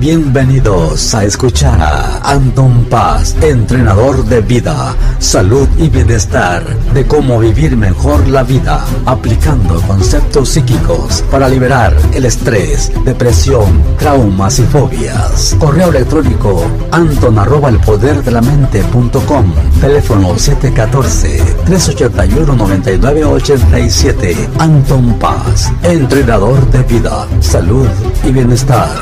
Bienvenidos a escuchar a Anton Paz, entrenador de vida, salud y bienestar, de cómo vivir mejor la vida, aplicando conceptos psíquicos para liberar el estrés, depresión, traumas y fobias. Correo electrónico anton@elpoderdelamente.com, teléfono 714-381-9987. Anton Paz, entrenador de vida, salud y bienestar.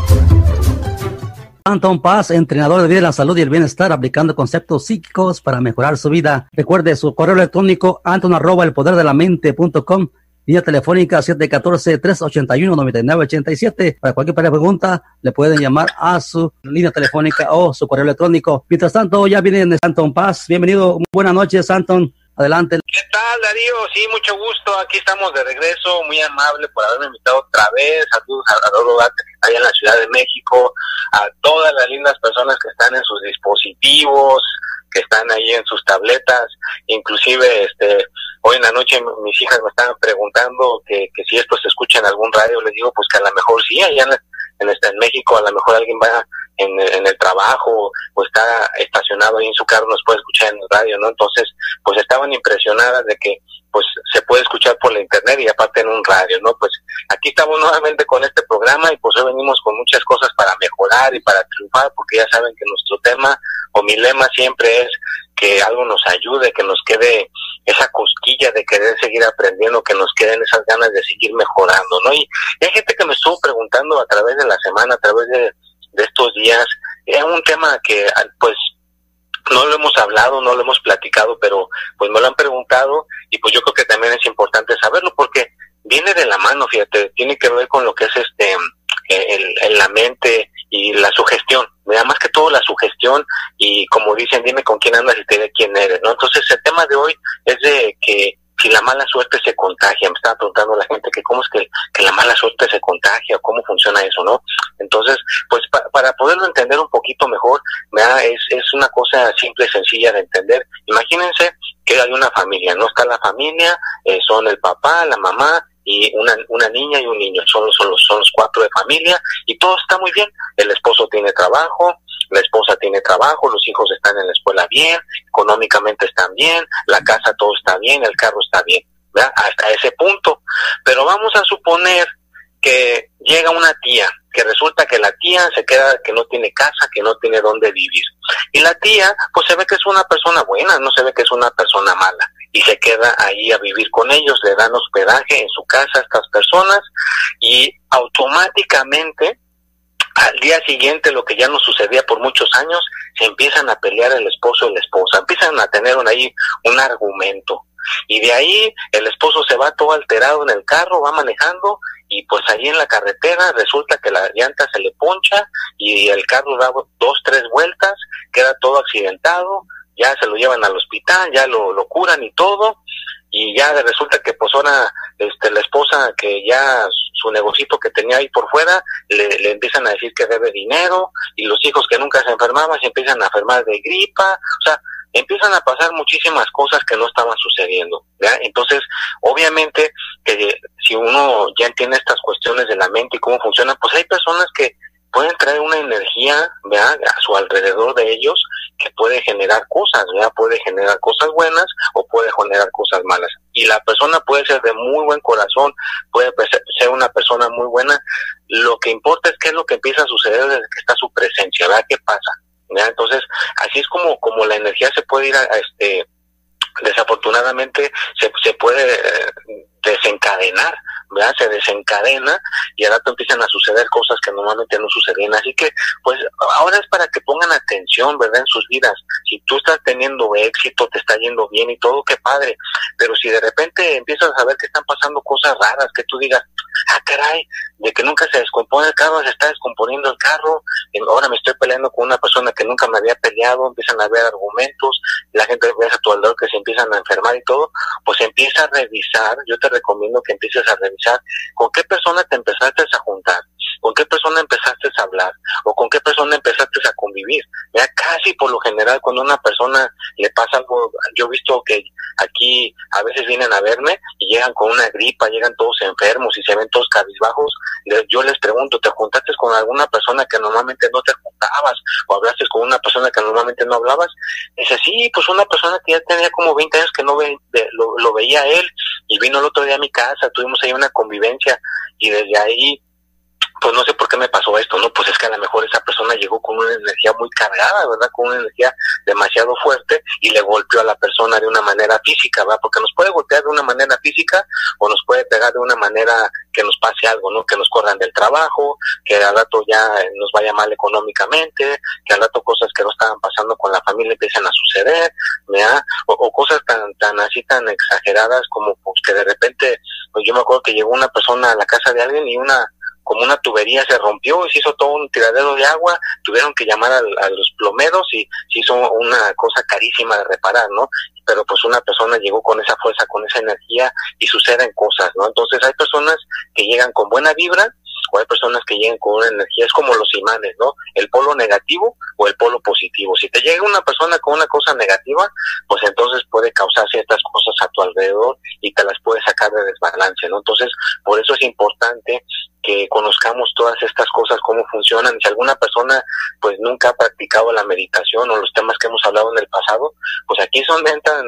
Anton Paz, entrenador de vida, la salud y el bienestar, aplicando conceptos psíquicos para mejorar su vida. Recuerde su correo electrónico anton@elpoderdelamente.com, línea telefónica 714-381-9987. Para cualquier pregunta, le pueden llamar a su línea telefónica o su correo electrónico. Mientras tanto, ya viene Anton Paz. Bienvenido, buenas noches, Anton. Adelante. ¿Qué tal, Darío? Sí, mucho gusto. Aquí estamos de regreso. Muy amable por haberme invitado otra vez. Saludos a Adoro Gata, que está allá en la Ciudad de México, a todas las lindas personas que están en sus dispositivos, que están ahí en sus tabletas. Inclusive, hoy en la noche mis hijas me estaban preguntando que si esto se escucha en algún radio. Les digo, pues que a lo mejor sí, allá en México a lo mejor alguien va en el trabajo o está estacionado ahí en su carro, nos puede escuchar en el radio, ¿no? Entonces, pues estaban impresionadas de que pues se puede escuchar por la internet y aparte en un radio, ¿no? Pues aquí estamos nuevamente con este programa y pues hoy venimos con muchas cosas para mejorar y para triunfar, porque ya saben que nuestro tema o mi lema siempre es que algo nos ayude, que nos quede esa cosquilla de querer seguir aprendiendo, que nos queden esas ganas de seguir mejorando, ¿no? Y hay gente que me estuvo preguntando a través de la semana, a través de estos días, es un tema que pues no lo hemos hablado, no lo hemos platicado, pero pues me lo han preguntado y pues yo creo que también es importante saberlo porque viene de la mano, fíjate, tiene que ver con lo que es la mente y la sugestión, más que todo la sugestión y como dicen, dime con quién andas y te diré quién eres, ¿no? Entonces el tema de hoy es de que si la mala suerte se contagia. Me estaba preguntando la gente que cómo es que la mala suerte se contagia, cómo funciona eso, ¿no? Entonces, pues para poderlo entender un poquito mejor, ¿verdad? Es una cosa simple y sencilla de entender. Imagínense que hay una familia, ¿no? Está la familia, son el papá, la mamá y una niña y un niño, son los cuatro de familia y todo está muy bien. El esposo tiene trabajo, la esposa tiene trabajo, los hijos están en la escuela bien, económicamente están bien, la casa todo está bien, el carro está bien, ¿verdad? Hasta ese punto. Pero vamos a suponer que llega una tía, que resulta que la tía se queda, que no tiene casa, que no tiene dónde vivir. Y la tía, pues se ve que es una persona buena, no se ve que es una persona mala. Y se queda ahí a vivir con ellos, le dan hospedaje en su casa a estas personas y automáticamente al día siguiente, lo que ya no sucedía por muchos años, se empiezan a pelear el esposo y la esposa, empiezan a tener ahí un argumento, y de ahí el esposo se va todo alterado en el carro, va manejando, y pues ahí en la carretera resulta que la llanta se le poncha, y el carro da 2-3 vueltas, queda todo accidentado, ya se lo llevan al hospital, ya lo curan y todo, y ya resulta que pues ahora la esposa que ya su negocito que tenía ahí por fuera le empiezan a decir que debe dinero y los hijos que nunca se enfermaban se empiezan a enfermar de gripa, o sea, empiezan a pasar muchísimas cosas que no estaban sucediendo, ¿verdad? Entonces, obviamente, si uno ya entiende estas cuestiones de la mente y cómo funcionan, pues hay personas que pueden traer una energía, ¿verdad?, a su alrededor de ellos que puede generar cosas, ¿verdad? Puede generar cosas buenas o puede generar cosas malas. Y la persona puede ser de muy buen corazón, puede ser una persona muy buena. Lo que importa es qué es lo que empieza a suceder desde que está su presencia, ¿verdad? ¿Qué pasa? ¿Verdad? Entonces, así es como la energía se puede ir desafortunadamente se puede desencadenar, ¿verdad? Se desencadena y al rato empiezan a suceder cosas que normalmente no sucedían. Así que, pues, ahora es para que pongan atención, ¿verdad?, en sus vidas. Si tú estás teniendo éxito, te está yendo bien y todo, qué padre. Pero si de repente empiezas a ver que están pasando cosas raras, que tú digas, ah, caray, de que nunca se descompone el carro, se está descomponiendo el carro, ahora me estoy peleando con una persona que nunca me había peleado, empiezan a haber argumentos, la gente ve a tu alrededor que se empiezan a enfermar y todo, pues empieza a revisar. Yo te recomiendo que empieces a revisar con qué persona te empezaste a juntar, con qué persona empezaste a hablar, o con qué persona empezaste a convivir. Ya casi por lo general cuando a una persona le pasa algo, yo he visto que aquí a veces vienen a verme y llegan con una gripa, llegan todos enfermos y se ven todos cabizbajos. Yo les pregunto, ¿te juntaste con alguna persona que normalmente no te juntabas? ¿O hablaste con una persona que normalmente no hablabas? Dice, sí, pues una persona que ya tenía como 20 años que no lo veía a él, y vino el otro día a mi casa, tuvimos ahí una convivencia, y desde ahí pues no sé por qué me pasó esto, ¿no? Pues es que a lo mejor esa persona llegó con una energía muy cargada, ¿verdad? Con una energía demasiado fuerte y le golpeó a la persona de una manera física, ¿verdad? Porque nos puede golpear de una manera física o nos puede pegar de una manera que nos pase algo, ¿no? Que nos corran del trabajo, que al rato ya nos vaya mal económicamente, que al rato cosas que no estaban pasando con la familia empiezan a suceder, ¿verdad? O cosas tan así, tan exageradas como pues que de repente, pues yo me acuerdo que llegó una persona a la casa de alguien y como una tubería se rompió y se hizo todo un tiradero de agua, tuvieron que llamar a los plomeros y se hizo una cosa carísima de reparar, ¿no? Pero pues una persona llegó con esa fuerza, con esa energía y suceden cosas, ¿no? Entonces hay personas que llegan con buena vibra o hay personas que llegan con una energía, es como los imanes, ¿no? El polo negativo o el polo positivo. Si te llega una persona con una cosa negativa, pues entonces puede causar ciertas cosas a tu alrededor y te las puede sacar de desbalance, ¿no? Entonces, por eso es importante que conozcamos todas estas cosas, cómo funcionan. Si alguna persona pues nunca ha practicado la meditación o los temas que hemos hablado en el pasado, pues aquí entran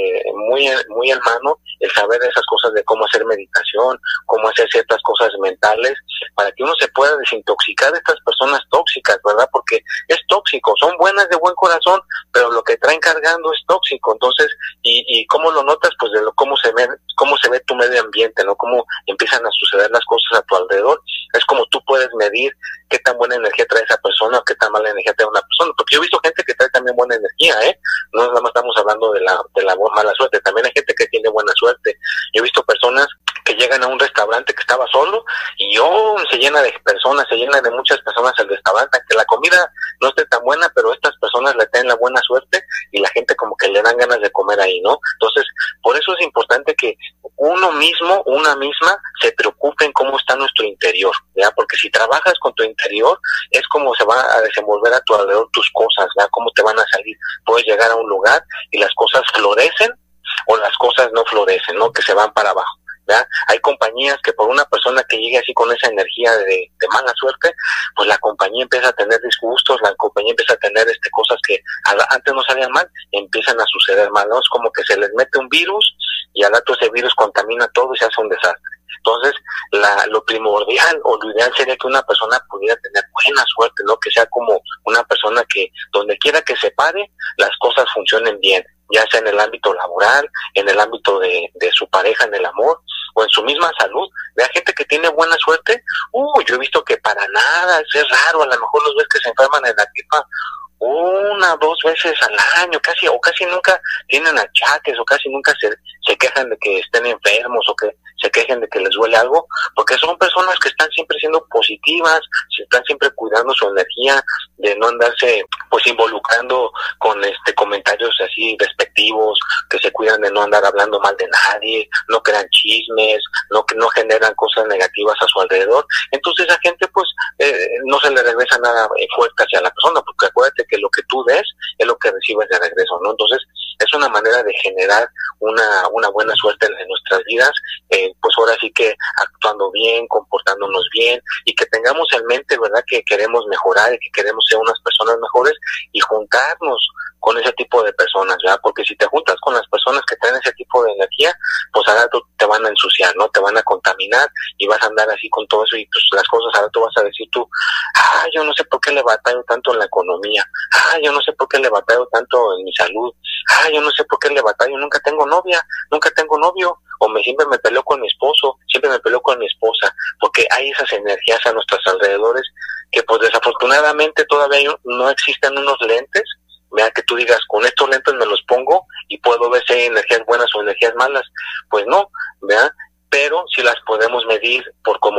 muy en mano el saber esas cosas de cómo hacer meditación, cómo hacer ciertas cosas mentales, para que uno se pueda desintoxicar de estas personas tóxicas, ¿verdad? Porque es tóxico, son buenas de buen corazón, pero lo que traen cargando es tóxico. Entonces, y cómo lo notas, pues de cómo se ve tu medio ambiente, ¿no? Cómo empiezan a suceder las cosas a tu alrededor. Es como tú puedes medir qué tan buena energía trae esa persona o qué tan mala energía trae una persona, porque yo he visto gente que trae también buena energía, no nada más estamos hablando de la mala suerte, también hay gente que tiene buena suerte. Yo he visto personas que llegan a un restaurante que estaba solo y se llena de personas, se llena de muchas personas el restaurante, que la comida no esté tan buena, pero estas personas le tienen la buena suerte y la gente como que le dan ganas de comer ahí, ¿no? Entonces, por eso es importante que uno mismo, una misma, se preocupe en cómo está nuestro interior, ¿ya? Porque si trabajas con tu interior, es como se va a desenvolver a tu alrededor tus cosas, ¿ya? Cómo te van a salir. Puedes llegar a un lugar y las cosas florecen o las cosas no florecen, ¿no? Que se van para abajo. ¿Ya? Hay compañías que por una persona que llegue así con esa energía de mala suerte, pues la compañía empieza a tener disgustos, la compañía empieza a tener cosas que antes no salían mal, empiezan a suceder mal, ¿no? Es como que se les mete un virus y al rato ese virus contamina todo y se hace un desastre. Entonces, lo primordial o lo ideal sería que una persona pudiera tener buena suerte, ¿no? Que sea como una persona que donde quiera que se pare, las cosas funcionen bien, ya sea en el ámbito laboral, en el ámbito de su pareja, en el amor, o en su misma salud. Vea gente que tiene buena suerte, yo he visto que para nada, es raro, a lo mejor los ves que se enferman en la gripa 1 o 2 veces al año, casi nunca tienen achaques, o casi nunca se quejan de que estén enfermos, o que se quejen de que les duele algo, porque son personas que están siempre siendo positivas, se están siempre cuidando su energía, de no andarse pues involucrando con comentarios así despectivos, que se cuidan de no andar hablando mal de nadie, no crean chismes, no generan cosas negativas a su alrededor. Entonces a gente pues no se le regresa nada fuerte hacia la persona, porque acuérdate que lo que tú des es lo que recibes de regreso, ¿no? Entonces es una manera de generar una buena suerte en nuestras vidas, pues ahora sí que actuando bien, comportándonos bien, y que tengamos en mente, ¿verdad?, que queremos mejorar y que queremos ser unas personas mejores y juntarnos con ese tipo de personas, ¿verdad? Porque si te juntas con las personas que traen ese tipo de energía, pues ahora te van a ensuciar, ¿no? Te van a contaminar y vas a andar así con todo eso, y pues las cosas ahora tú vas a decir tú, yo no sé por qué le batallo tanto en la economía, yo no sé por qué le batallo tanto en mi salud, yo no sé por qué le batallo, nunca tengo novia, nunca tengo novio, o siempre me peleo con mi esposo, siempre me peleo con mi esposa, porque hay esas energías a nuestros alrededores que pues desafortunadamente todavía no existen unos lentes, vea, que tú digas, con estos lentes me los pongo y puedo ver si hay energías buenas o energías malas. Pues no, vea, pero sí las podemos medir por cómo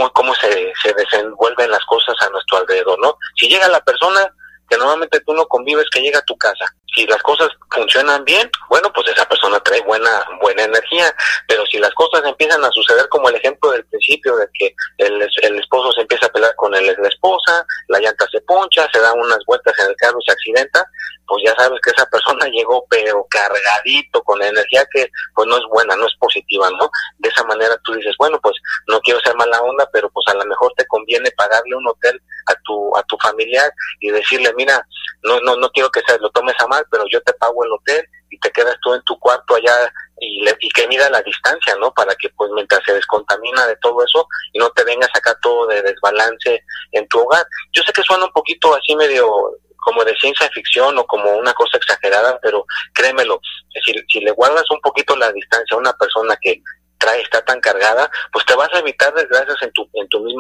se desenvuelven las cosas a nuestro alrededor, ¿no? Si llega la persona que normalmente tú no convives, que llega a tu casa, si las cosas funcionan bien, bueno, pues esa persona persona trae buena energía, pero si las cosas empiezan a suceder como el ejemplo del principio, de que el esposo se empieza a pelear con la esposa, la llanta se poncha, se da unas vueltas en el carro y se accidenta, pues ya sabes que esa persona llegó pero cargadito con la energía que pues no es buena, no es positiva, ¿no? De esa manera tú dices, bueno, pues no quiero ser mala onda, pero pues a lo mejor te conviene pagarle un hotel a tu familiar y decirle, mira, no quiero que lo tomes a mal, pero yo te pago el hotel y te quedas tú en tu cuarto allá y que mida la distancia, ¿no? Para que pues mientras se descontamina de todo eso y no te vengas acá todo de desbalance en tu hogar. Yo sé que suena un poquito así medio como de ciencia ficción o como una cosa exagerada, pero créemelo, si le guardas un poquito la distancia a una persona que está tan cargada, pues te vas a evitar desgracias en tu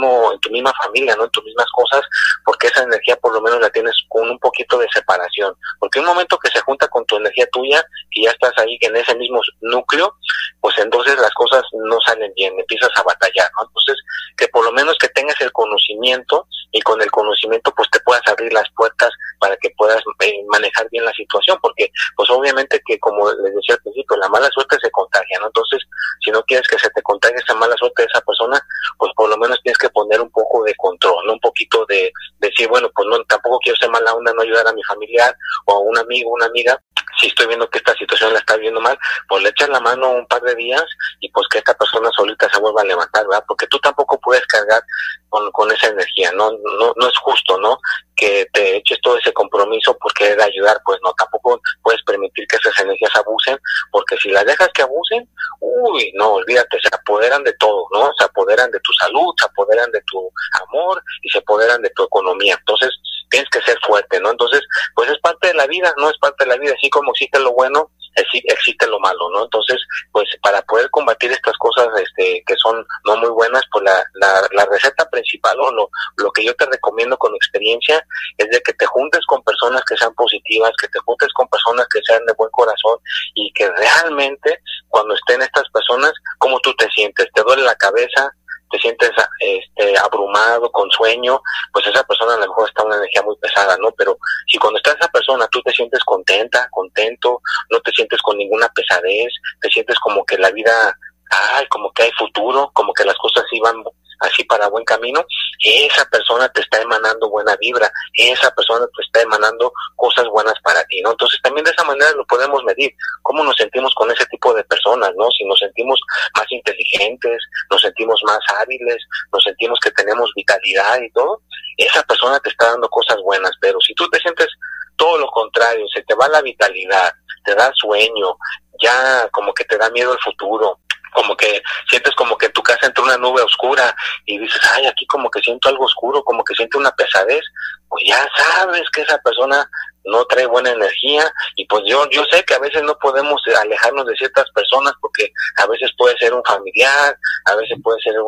misma familia, ¿no? En tus mismas cosas, porque esa energía por lo menos la tienes con un poquito de separación, porque un momento que se junta con tu energía tuya, que ya estás ahí en ese mismo núcleo, pues entonces las cosas no salen bien, empiezas a batallar, ¿no? Entonces, que por lo menos que tengas el conocimiento, y con el conocimiento pues te puedas abrir las puertas para que puedas manejar bien la situación, porque pues obviamente que como les decía al principio, la mala suerte se contagia, ¿no? Entonces, si no quieres que se te contagie esa mala suerte de esa persona, pues por lo menos tienes que poner un poco de control, ¿no? Un poquito de decir, bueno, pues no, tampoco quiero ser mala onda, no ayudar a mi familiar o a un amigo, una amiga. Si estoy viendo que esta situación la está viendo mal, pues le echas la mano un par de días y pues que esta persona solita se vuelva a levantar, ¿verdad? Porque tú tampoco puedes cargar con esa energía, no es justo, ¿no? Que te eches todo ese compromiso por querer ayudar, pues no, tampoco puedes permitir que esas energías abusen, porque si las dejas que abusen, uy, no, olvídate, se apoderan de todo, ¿no? Se apoderan de tu salud, se apoderan de tu amor y se apoderan de tu economía. Entonces, tienes que ser fuerte, ¿no? Entonces, pues es parte de la vida, ¿no? Es parte de la vida, así como existe lo bueno, existe lo malo, ¿no? Entonces, pues para poder combatir estas cosas que son no muy buenas, pues la receta principal o lo que yo te recomiendo con experiencia es de que te juntes con personas que sean positivas, que te juntes con personas que sean de buen corazón y que realmente cuando estén estas personas, ¿cómo tú te sientes? ¿Te duele la cabeza? ¿Te sientes abrumado, con sueño? Pues esa persona a lo mejor está en una energía muy pesada, ¿no? Pero si cuando está esa persona tú te sientes contenta, contento, no te sientes con ninguna pesadez, te sientes como que la vida, como que hay futuro, como que las cosas iban así para buen camino, esa persona te está emanando buena vibra, esa persona te está emanando cosas buenas para ti, ¿no? Entonces también de esa manera lo podemos medir, cómo nos sentimos con ese tipo de personas, ¿no? Si nos sentimos más inteligentes, nos sentimos más hábiles, nos sentimos que tenemos vitalidad y todo, esa persona te está dando cosas buenas, pero si tú te sientes todo lo contrario, se te va la vitalidad, te da sueño, ya como que te da miedo el futuro, como que sientes como que en tu casa entra una nube oscura y dices, aquí como que siento algo oscuro, como que siento una pesadez, pues ya sabes que esa persona no trae buena energía y pues yo sé que a veces no podemos alejarnos de ciertas personas porque a veces puede ser un familiar, a veces puede ser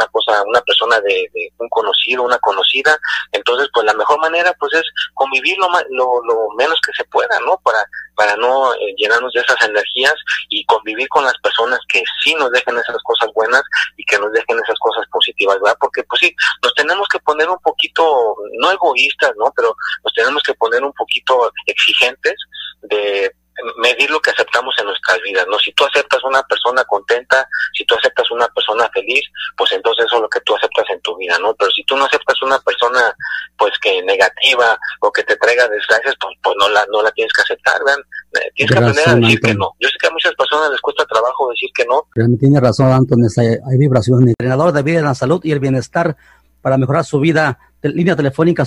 una persona de un conocido, una conocida, entonces pues la mejor manera pues es convivir lo menos que se pueda, ¿no? Para no llenarnos de esas energías y convivir con las personas que sí nos dejen esas cosas buenas y que nos dejen esas cosas positivas, ¿verdad? Porque pues sí, nos tenemos que poner un poquito, no egoístas, ¿no? Pero nos tenemos que poner un poquito exigentes de medir lo que aceptamos en nuestras vidas, ¿no? Si tú aceptas una persona contenta, si tú aceptas una persona feliz, pues entonces eso es lo que tú aceptas en tu vida, ¿no? Pero si tú no aceptas una persona, pues que negativa o que te traiga desgracias, pues no la tienes que aceptar, ¿verdad? Tienes que aprender a decir que no. Yo sé que a muchas personas les cuesta trabajo decir que no. Realmente tiene razón, Anton, hay vibraciones. Entrenador de vida en la salud y el bienestar para mejorar su vida. Línea telefónica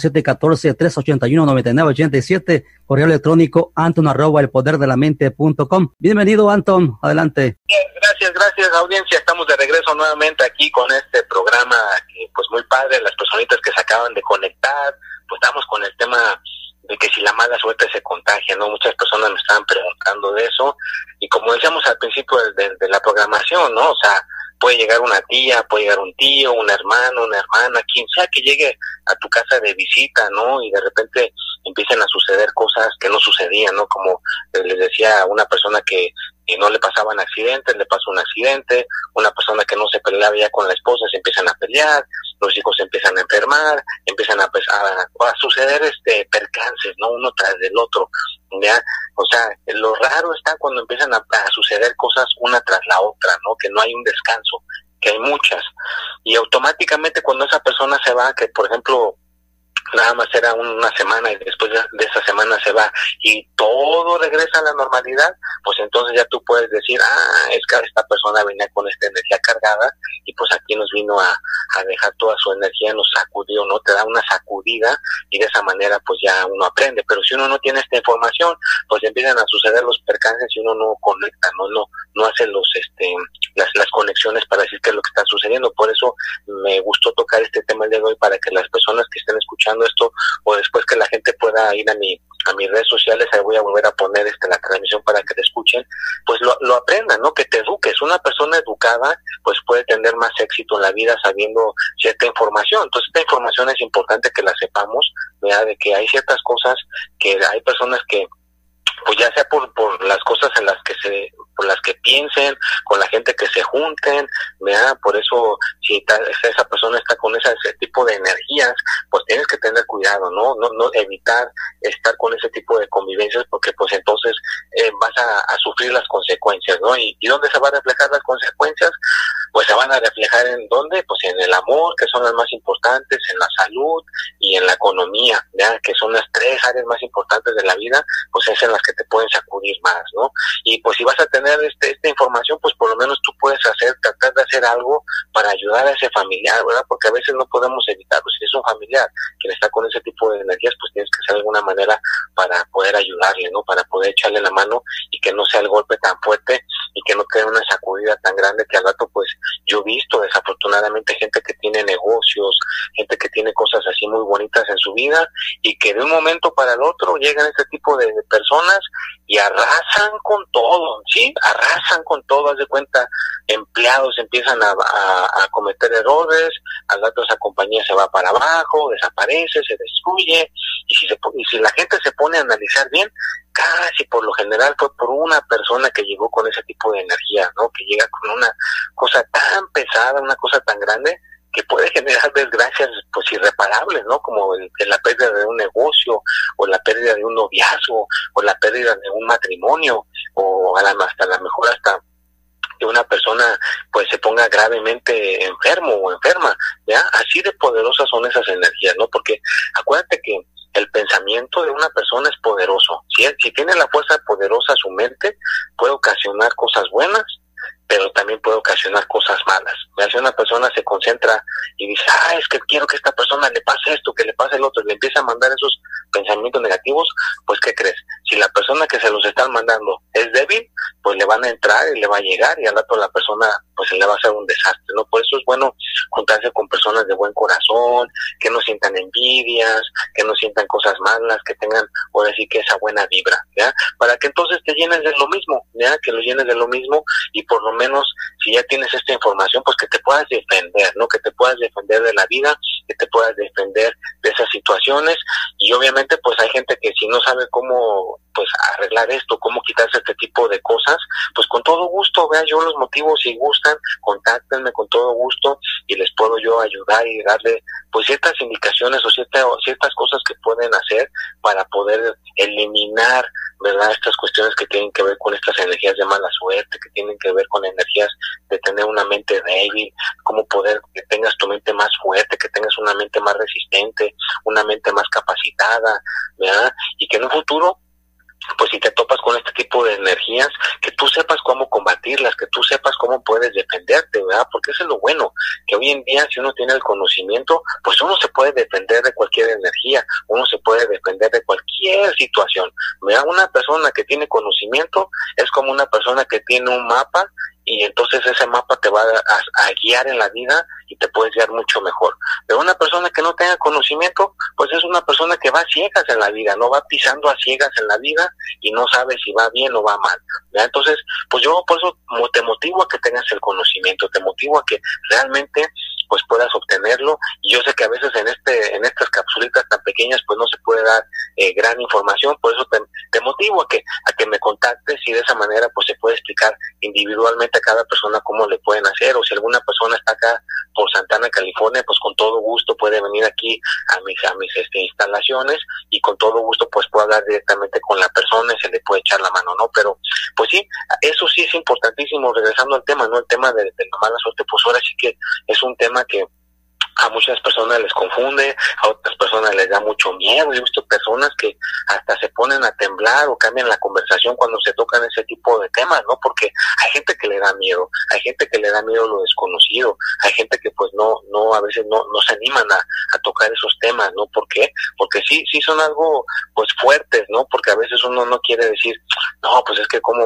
714-381-9987, correo electrónico anton@elpoderdelamente.com. Bienvenido, Anton, adelante. Gracias audiencia, estamos de regreso nuevamente aquí con este programa que pues muy padre, las personitas que se acaban de conectar, pues estamos con el tema de que si la mala suerte se contagia, ¿no? Muchas personas me estaban preguntando de eso y como decíamos al principio de la programación, ¿no? O sea, puede llegar una tía, puede llegar un tío, un hermano, una hermana, quien sea que llegue a tu casa de visita, ¿no? Y de repente empiezan a suceder cosas que no sucedían, ¿no? Como les decía, una persona que no le pasaban accidentes, le pasó un accidente, una persona que no se peleaba ya con la esposa, se empiezan a pelear, los hijos se empiezan a enfermar, empiezan a suceder percances, ¿no? Uno tras del otro. ¿ya? O sea, lo raro está cuando empiezan a suceder cosas una tras la otra, ¿no? Que no hay un descanso, que hay muchas. Y automáticamente cuando esa persona se va, que por ejemplo nada más era una semana y después de esa semana se va y todo regresa a la normalidad, pues entonces ya tú puedes decir, es que esta persona venía con esta energía cargada y pues aquí nos vino a dejar toda su energía, nos sacudió, ¿no? Te da una sacudida y de esa manera pues ya uno aprende. Pero si uno no tiene esta información, pues empiezan a suceder los percances y uno no conecta, no hace las conexiones para decir qué es lo que está sucediendo. Por eso me gustó tocar este tema el día de hoy, para que las personas que estén escuchando esto, o después que la gente pueda ir a mis redes sociales, ahí voy a volver a poner la transmisión para que te escuchen, pues lo aprendan, ¿no? Que te eduques. Una persona educada pues puede tener más éxito en la vida sabiendo cierta información. Entonces esta información es importante que la sepamos, ¿verdad? De que hay ciertas cosas que hay personas que pues ya sea por las cosas por las que piensen, con la gente que se junten, ¿verdad? Por eso, si esa persona está con ese tipo de energías, pues tienes que tener cuidado, no evitar estar con ese tipo de convivencias, porque pues entonces vas a sufrir las consecuencias, ¿no? ¿Y dónde se van a reflejar las consecuencias? Pues se van a reflejar ¿en dónde? Pues en el amor, que son las más importantes, en la salud y en la economía, ¿ya? Que son las 3 áreas más importantes de la vida, pues es en las que te pueden sacudir más, ¿no? Y pues si vas a tener esta información, pues por lo menos tú puedes tratar de hacer algo para ayudar a ese familiar, ¿verdad? Porque a veces no podemos evitarlo. Si es un familiar quien está con ese tipo de energías, pues tienes que hacer alguna manera para poder ayudarle, ¿no? Para poder echarle la mano y que no sea el golpe tan fuerte y que no quede una sacudida tan grande que al rato, pues yo he visto desafortunadamente gente que tiene negocios, gente que tiene cosas así muy bonitas en su vida y que de un momento para el otro llegan este tipo de personas y arrasan con todo, ¿sí? Arrasan con todo. Haz de cuenta, empleados empiezan a cometer errores, al rato esa compañía se va para abajo, desaparece, se destruye, y si la gente se pone a analizar bien, casi por lo general fue por una persona que llegó con ese tipo de energía, ¿no? Que llega con una cosa tan pesada, una cosa tan grande, que puede generar desgracias pues irreparables, ¿no? Como la pérdida de un negocio, o la pérdida de un noviazgo, o la pérdida de un matrimonio, o hasta la mejor hasta que una persona pues se ponga gravemente enfermo o enferma, ¿ya? Así de poderosas son esas energías, ¿no? Porque acuérdate que el pensamiento de una persona es poderoso. Si tiene la fuerza poderosa su mente, puede ocasionar cosas buenas, pero también puede ocasionar cosas malas. Si una persona se concentra y dice, es que quiero que a esta persona le pase esto, que le pase el otro, y le empieza a mandar esos pensamientos negativos, pues ¿qué crees? Si la persona que se los están mandando es débil, pues le van a entrar y le va a llegar, y al rato la persona pues se le va a hacer un desastre, ¿no? Por eso es bueno juntarse con personas de buen corazón, que no sientan envidias, que no sientan cosas malas, que tengan, por decir, que esa buena vibra, ¿ya? Para que entonces te llenes de lo mismo, ¿ya? Que lo llenes de lo mismo, y por lo menos, si ya tienes esta información, pues que te puedas defender, ¿no? Que te puedas defender de la vida, que te puedas defender de esas situaciones. Y obviamente pues hay gente que si no sabe cómo pues arreglar esto, cómo quitarse este tipo de cosas, pues con todo gusto, vea, yo los motivo, si gustan, contáctenme con todo gusto y les puedo yo ayudar y darle pues ciertas indicaciones o ciertas cosas que pueden hacer para poder eliminar, ¿verdad? Estas cuestiones que tienen que ver con estas energías de mala suerte, que tienen que ver con energías de tener una mente débil, cómo poder que tengas tu mente más fuerte, que tengas una mente más resistente, una mente más capacitada, ¿verdad? Y que en un futuro, pues si te topas con este tipo de energías, que tú sepas cómo combatirlas, que tú sepas cómo puedes defenderte, ¿verdad? Porque eso es lo bueno, que hoy en día si uno tiene el conocimiento, pues uno se puede defender de cualquier energía, uno se puede defender de cualquier situación, ¿verdad? Una persona que tiene conocimiento es como una persona que tiene un mapa, y entonces ese mapa te va a guiar en la vida y te puedes guiar mucho mejor. Pero una persona que no tenga conocimiento, pues es una persona que va a ciegas en la vida, no va pisando a ciegas en la vida y no sabe si va bien o va mal, ¿verdad? Entonces, pues yo por eso te motivo a que tengas el conocimiento, te motivo a que realmente pues puedas obtenerlo. Y yo sé que a veces en estas capsulitas tan pequeñas pues no se puede dar gran información, por eso te motivo a que me contactes, y de esa manera pues se puede explicar individualmente a cada persona cómo le pueden hacer, o si alguna persona está acá por Santana, California, pues con todo gusto puede venir aquí a mis instalaciones, y con todo gusto pues puedo hablar directamente con la persona y se le puede echar la mano, ¿no? Pero pues sí, eso sí es importantísimo. Regresando al tema, ¿no? El tema de la mala suerte, pues ahora sí que es un tema que a muchas personas les confunde, a otras personas les da mucho miedo. Yo he visto personas que hasta se ponen a temblar o cambian la conversación cuando se tocan ese tipo de temas, ¿no? Porque hay gente que le da miedo, hay gente que le da miedo lo desconocido, hay gente que pues no a veces no se animan a tocar esos temas, ¿no? ¿Por qué? Porque sí son algo pues fuertes, ¿no? Porque a veces uno no quiere decir, no, pues es que cómo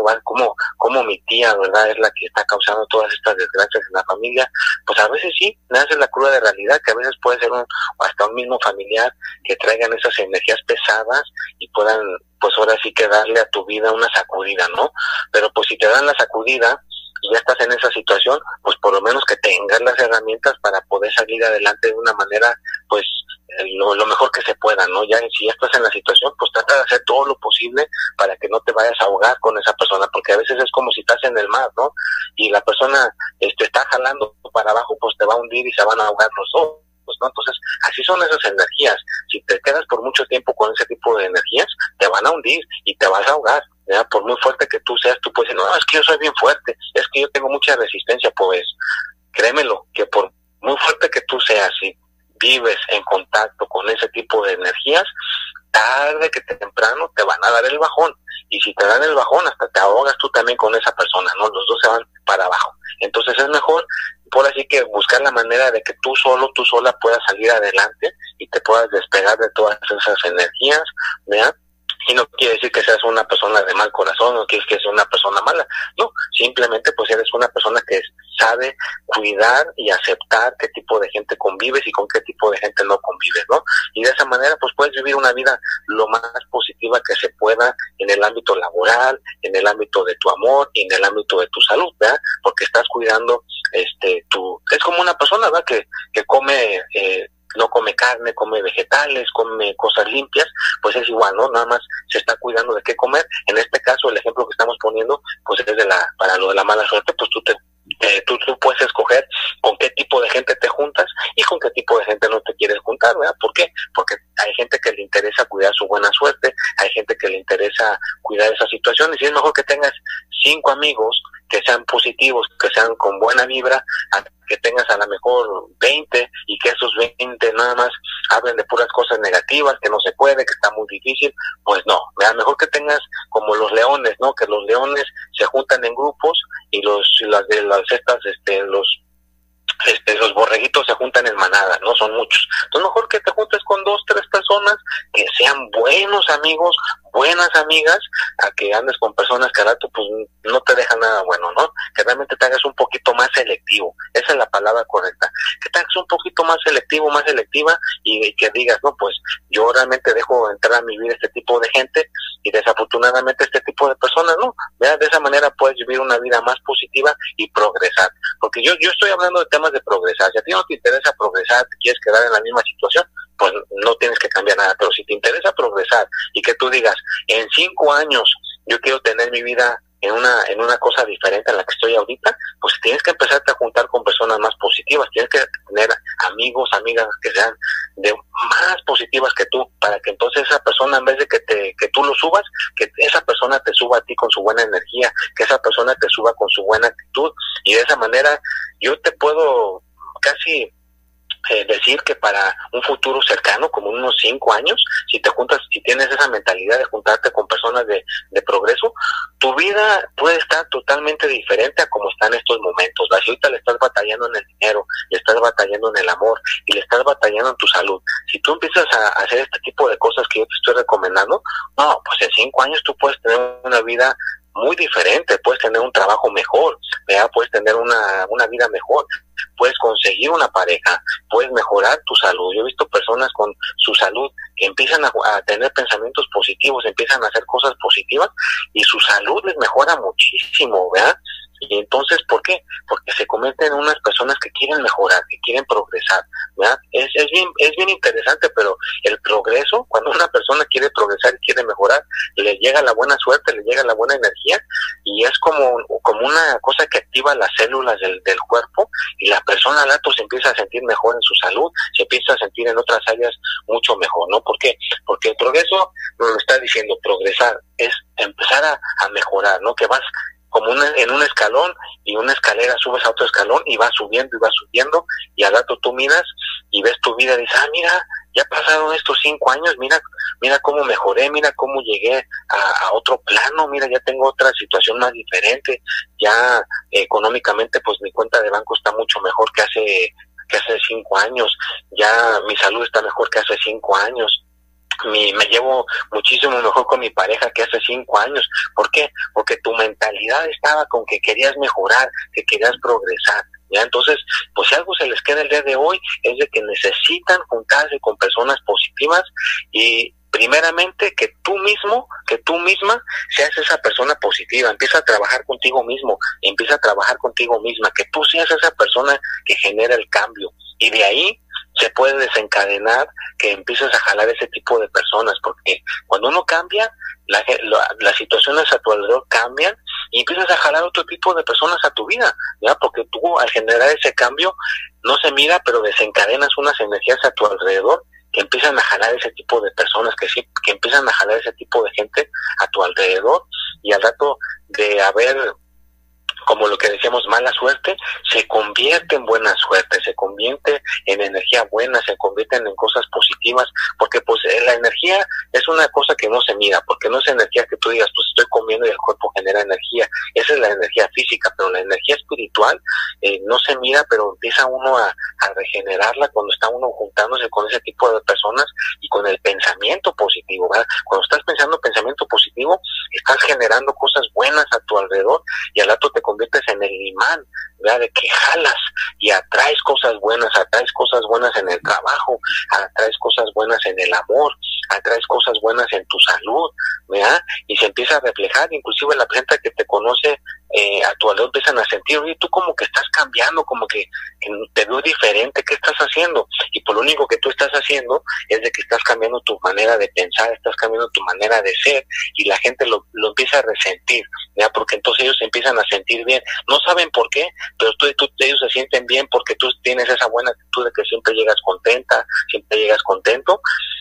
mi tía, ¿verdad? Es la que está causando todas estas desgracias en la familia. Pues a veces sí, nace la cruda de realidad, que a veces puede ser hasta un mismo familiar que traigan esas energías pesadas y puedan, pues ahora sí que darle a tu vida una sacudida, ¿no? Pero pues si te dan la sacudida y ya estás en esa situación, pues por lo menos que tengas las herramientas para poder salir adelante de una manera, pues lo mejor que se pueda, ¿no? Ya si ya estás en la situación, pues trata de hacer todo lo posible para que no te vayas a ahogar con esa persona, porque a veces es como si estás en el mar, ¿no? Y la persona está jalando para abajo, pues te va a hundir y se van a ahogar los dos, ¿no? Entonces, así son esas energías. Si te quedas por mucho tiempo con ese tipo de energías, te van a hundir y te vas a ahogar, ¿ya? Por muy fuerte que tú seas, tú puedes decir, no, es que yo soy bien fuerte, es que yo tengo mucha resistencia. Pues créemelo, que por muy fuerte que tú seas, si vives en contacto con ese tipo de energías, tarde que temprano te van a dar el bajón, y si te dan el bajón hasta te ahogas tú también con esa persona, ¿no? Los dos se van para abajo. Entonces es mejor, por así que buscar la manera de que tú sola puedas salir adelante y te puedas despegar de todas esas energías, ¿verdad? Y no quiere decir que seas una persona de mal corazón, no quiere decir que seas una persona mala, no, simplemente pues eres una persona que sabe cuidar y aceptar qué tipo de gente convives y con qué tipo de gente no convives, ¿no? Y de esa manera pues puedes vivir una vida lo más positiva que se pueda en el ámbito laboral, en el ámbito de tu amor y en el ámbito de tu salud, ¿verdad? Porque estás cuidando es como una persona, ¿verdad? Que come no come carne, come vegetales, come cosas limpias, pues es igual, ¿no? Nada más se está cuidando de qué comer. En este caso, el ejemplo que estamos poniendo, pues es para lo de la mala suerte, pues tú puedes escoger con qué tipo de gente te juntas y con qué tipo de gente no te quieres juntar, ¿verdad? ¿Por qué? Porque hay gente que le interesa cuidar su buena suerte, hay gente que le interesa cuidar esas situaciones, y es mejor que tengas 5 amigos que sean positivos, que sean con buena vibra, a que tengas a lo mejor 20 y que esos 20 nada más hablen de puras cosas negativas, que no se puede, que está muy difícil. Pues no, mejor que tengas como los leones, ¿no? Que los leones se juntan en grupos y los borreguitos se juntan en manadas, no son muchos. Entonces mejor que te juntes con 2, 3 personas que sean buenos amigos, buenas amigas, a que andes con personas que al rato pues no te dejan nada bueno, ¿no? Que realmente te hagas un poquito más selectivo, esa es la palabra correcta, que te hagas un poquito más selectivo, más selectiva, y que digas, no, pues yo realmente dejo entrar a mi vida este tipo de gente, y desafortunadamente este tipo de personas no, ¿verdad? De esa manera puedes vivir una vida más positiva y progresar, porque yo estoy hablando de temas de progresar. Si a ti no te interesa progresar, te quieres quedar en la misma situación, pues no tienes que cambiar nada. Pero si te interesa progresar y que tú digas, en 5 años yo quiero tener mi vida en una cosa diferente a la que estoy ahorita, pues tienes que empezarte a juntar con personas más positivas, tienes que tener amigos, amigas que sean más positivas que tú, para que entonces esa persona, en vez de que tú lo subas, que esa persona te suba a ti con su buena energía, que esa persona te suba con su buena actitud, y de esa manera yo te puedo casi decir que para un futuro cercano, como unos 5 años, si tienes esa mentalidad de juntarte con personas de progreso, tu vida puede estar totalmente diferente a como está en estos momentos. Si ahorita le estás batallando en el dinero, le estás batallando en el amor y le estás batallando en tu salud, si tú empiezas a hacer este tipo de cosas que yo te estoy recomendando, no, pues en 5 años tú puedes tener una vida muy diferente, puedes tener un trabajo mejor, ¿verdad? Puedes tener una vida mejor, puedes conseguir una pareja, puedes mejorar tu salud. Yo he visto personas con su salud que empiezan a tener pensamientos positivos, empiezan a hacer cosas positivas y su salud les mejora muchísimo, ¿verdad? Y entonces, ¿por qué? Porque se convierten en unas personas que quieren mejorar, que quieren progresar, ¿verdad? Es bien interesante, pero el progreso, cuando una persona quiere progresar y quiere mejorar, le llega la buena suerte, le llega la buena energía, y es como una cosa que activa las células del cuerpo, y la persona al rato se empieza a sentir mejor en su salud, se empieza a sentir en otras áreas mucho mejor, ¿no? ¿Por qué? Porque el progreso, nos está diciendo, progresar es empezar a mejorar, ¿no? Que vas como en un escalón, y una escalera subes a otro escalón y vas subiendo, y al rato tú miras y ves tu vida y dices, mira, ya pasaron estos 5 años, mira cómo mejoré, mira cómo llegué a otro plano, mira, ya tengo otra situación más diferente, ya económicamente pues mi cuenta de banco está mucho mejor que hace 5 años, ya mi salud está mejor que hace 5 años. Me llevo muchísimo mejor con mi pareja que hace 5 años. ¿Por qué? Porque tu mentalidad estaba con que querías mejorar, que querías progresar, ¿ya? Entonces, pues si algo se les queda el día de hoy es de que necesitan juntarse con personas positivas, y primeramente que tú misma seas esa persona positiva. Empieza a trabajar contigo mismo, empieza a trabajar contigo misma, que tú seas esa persona que genera el cambio, y de ahí se puede desencadenar que empieces a jalar ese tipo de personas, porque cuando uno cambia, las situaciones a tu alrededor cambian, y empiezas a jalar otro tipo de personas a tu vida, ¿ya? Porque tú, al generar ese cambio, no se mira, pero desencadenas unas energías a tu alrededor que empiezan a jalar ese tipo de personas, que empiezan a jalar ese tipo de gente a tu alrededor, y al rato de haber, como lo que decíamos, mala suerte, se convierte en buena suerte, se convierte en energía buena, se convierten en cosas positivas, porque pues la energía es una cosa que no se mira, porque no es energía que tú digas, pues estoy comiendo y el cuerpo genera energía, esa es la energía física, pero la energía espiritual no se mira, pero empieza uno a regenerarla cuando está uno juntándose con ese tipo de personas y con el pensamiento positivo, ¿verdad? Cuando estás pensando pensamiento positivo, estás generando cosas buenas a tu alrededor, y al rato te conviertes en el imán, ¿verdad? De que jalas y atraes cosas buenas en el trabajo, atraes cosas buenas en el amor, atraes cosas buenas en tu salud, ¿verdad? Y se empieza a reflejar, inclusive la gente que te conoce a tu alrededor empiezan a sentir, oye, tú como que estás cambiando, como que te veo diferente, ¿qué estás haciendo? Y por lo único que tú estás haciendo es de que estás cambiando tu manera de pensar, estás cambiando tu manera de ser, y la gente lo empieza a resentir, ¿ya? Porque entonces ellos se empiezan a sentir bien, no saben por qué, pero ellos se sienten bien porque tú tienes esa buena actitud de que siempre llegas contenta, siempre llegas contento.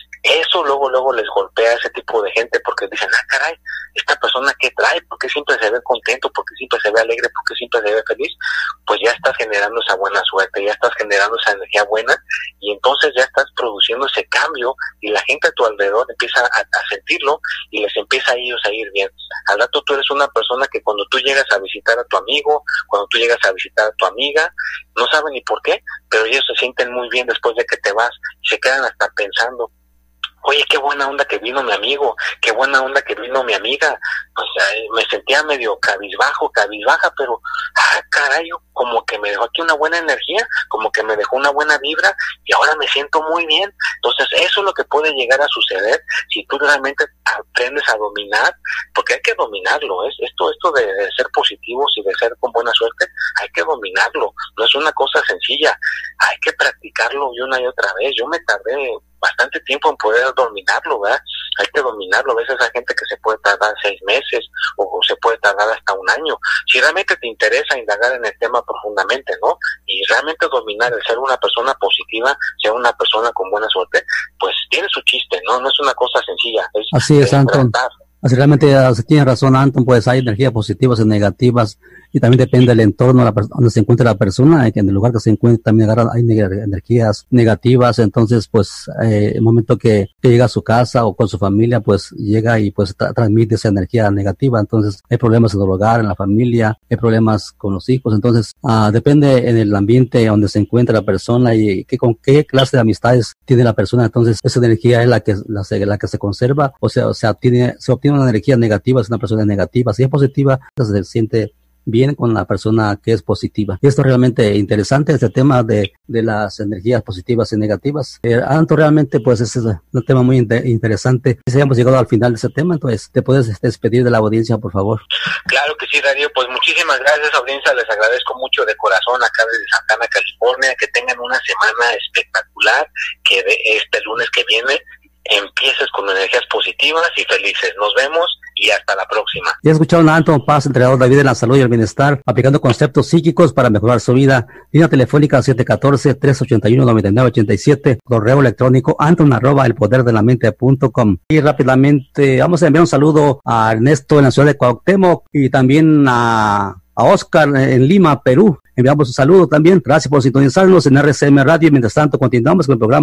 Eso luego les golpea a ese tipo de gente, porque dicen, caray, esta persona ¿qué trae? ¿Por qué siempre se ve contento? ¿Por qué siempre se ve alegre? ¿Por qué siempre se ve feliz? Pues ya estás generando esa buena suerte, ya estás generando esa energía buena, y entonces ya estás produciendo ese cambio, y la gente a tu alrededor empieza a sentirlo, y les empieza a ellos a ir bien. Al rato tú eres una persona que cuando tú llegas a visitar a tu amigo, cuando tú llegas a visitar a tu amiga, no saben ni por qué, pero ellos se sienten muy bien después de que te vas, y se quedan hasta pensando, oye, qué buena onda que vino mi amigo, qué buena onda que vino mi amiga. O sea, me sentía medio cabizbaja, pero, caray, como que me dejó aquí una buena energía, como que me dejó una buena vibra, y ahora me siento muy bien. Entonces, eso es lo que puede llegar a suceder si tú realmente aprendes a dominar, porque hay que dominarlo, esto de ser positivos y de ser con buena suerte, hay que dominarlo, no es una cosa sencilla, hay que practicarlo una y otra vez. Yo me tardé bastante tiempo en poder dominarlo, ¿verdad? Hay que dominarlo. A veces hay gente que se puede tardar 6 meses o se puede tardar hasta 1 año. Si realmente te interesa indagar en el tema profundamente, ¿no? Y realmente dominar el ser una persona positiva, ser una persona con buena suerte, pues tiene su chiste, ¿no? No es una cosa sencilla. Así es, Anton. Así realmente tiene razón, Anton, pues hay energías positivas y negativas, y también depende del entorno donde se encuentre la persona, que en el lugar que se encuentre también hay energías negativas. Entonces pues el momento que llega a su casa o con su familia, pues llega y pues transmite esa energía negativa. Entonces hay problemas en el hogar, en la familia, hay problemas con los hijos. Entonces depende en el ambiente donde se encuentra la persona y con qué clase de amistades tiene la persona. Entonces esa energía es la que se conserva, o sea se obtiene una energía negativa, es una persona negativa. Si es positiva, se siente bien con la persona que es positiva. Y esto es realmente interesante, este tema de las energías positivas y negativas. Anto, realmente pues es un tema muy interesante. Si hemos llegado al final de ese tema, entonces te puedes despedir de la audiencia, por favor. Claro que sí, Darío, pues muchísimas gracias, audiencia, les agradezco mucho de corazón acá desde Santana, California, que tengan una semana espectacular, que de este lunes que viene empieces con energías positivas y felices. Nos vemos y hasta la próxima. Ya escucharon a Anton Paz, entrenador de vida en la salud y el bienestar, aplicando conceptos psíquicos para mejorar su vida. Línea telefónica 714-381-9987, correo electrónico anton@elpoderdelamente.com. Y rápidamente vamos a enviar un saludo a Ernesto en la ciudad de Cuauhtémoc y también a Oscar en Lima, Perú. Enviamos un saludo también. Gracias por sintonizarnos en RCM Radio. Mientras tanto, continuamos con el programa